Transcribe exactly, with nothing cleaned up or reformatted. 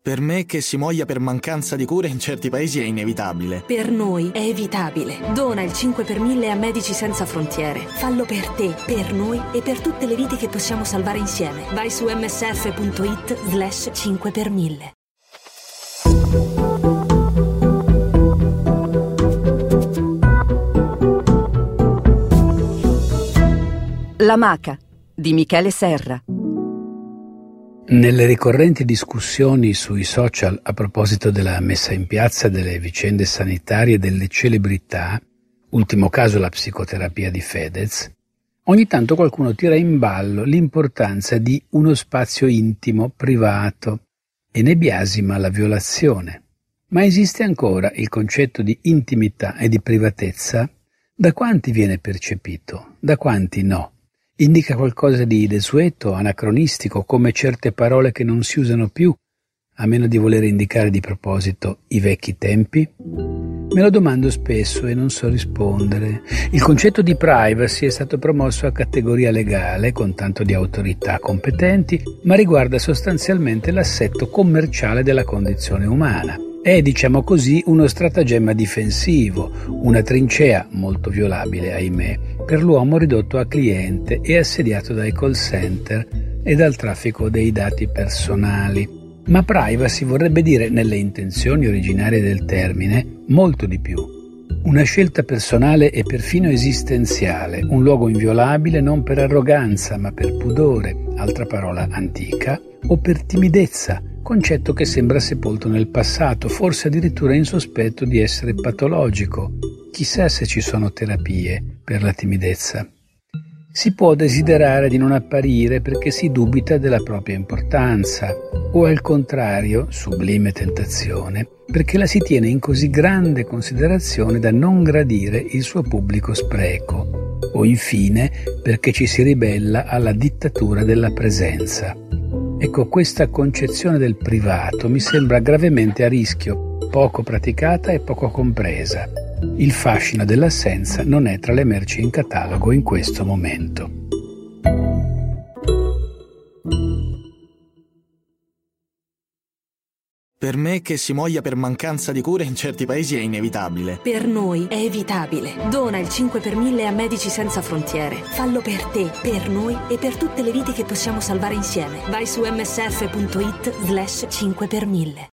Per me che si muoia per mancanza di cure in certi paesi è inevitabile. Per noi è evitabile. Dona il cinque per mille a Medici Senza Frontiere. Fallo per te, per noi e per tutte le vite che possiamo salvare insieme. Vai su msf.it slash cinque per mille. La Maca di Michele Serra. Nelle ricorrenti discussioni sui social a proposito della messa in piazza delle vicende sanitarie delle celebrità, ultimo caso la psicoterapia di Fedez, ogni tanto qualcuno tira in ballo l'importanza di uno spazio intimo, privato, e ne biasima la violazione. Ma esiste ancora il concetto di intimità e di privatezza? Da quanti viene percepito? Da quanti no? Indica qualcosa di desueto, anacronistico, come certe parole che non si usano più, a meno di voler indicare di proposito i vecchi tempi? Me lo domando spesso e non so rispondere. Il concetto di privacy è stato promosso a categoria legale, con tanto di autorità competenti, ma riguarda sostanzialmente l'assetto commerciale della condizione umana. È, diciamo così, uno stratagemma difensivo, una trincea molto violabile, ahimè, per l'uomo ridotto a cliente e assediato dai call center e dal traffico dei dati personali. Ma privacy vorrebbe dire, nelle intenzioni originarie del termine, molto di più. Una scelta personale e perfino esistenziale, un luogo inviolabile non per arroganza ma per pudore, altra parola antica, o per timidezza, concetto che sembra sepolto nel passato, forse addirittura in sospetto di essere patologico. Chissà se ci sono terapie per la timidezza. Si può desiderare di non apparire perché si dubita della propria importanza, o al contrario, sublime tentazione, perché la si tiene in così grande considerazione da non gradire il suo pubblico spreco, o infine perché ci si ribella alla dittatura della presenza. Ecco, questa concezione del privato mi sembra gravemente a rischio, poco praticata e poco compresa. Il fascino dell'assenza non è tra le merci in catalogo in questo momento. Per me che si muoia per mancanza di cure in certi paesi è inevitabile. Per noi è evitabile. Dona il cinque per mille a Medici Senza Frontiere. Fallo per te, per noi e per tutte le vite che possiamo salvare insieme. Vai su msf.it slash cinque per mille.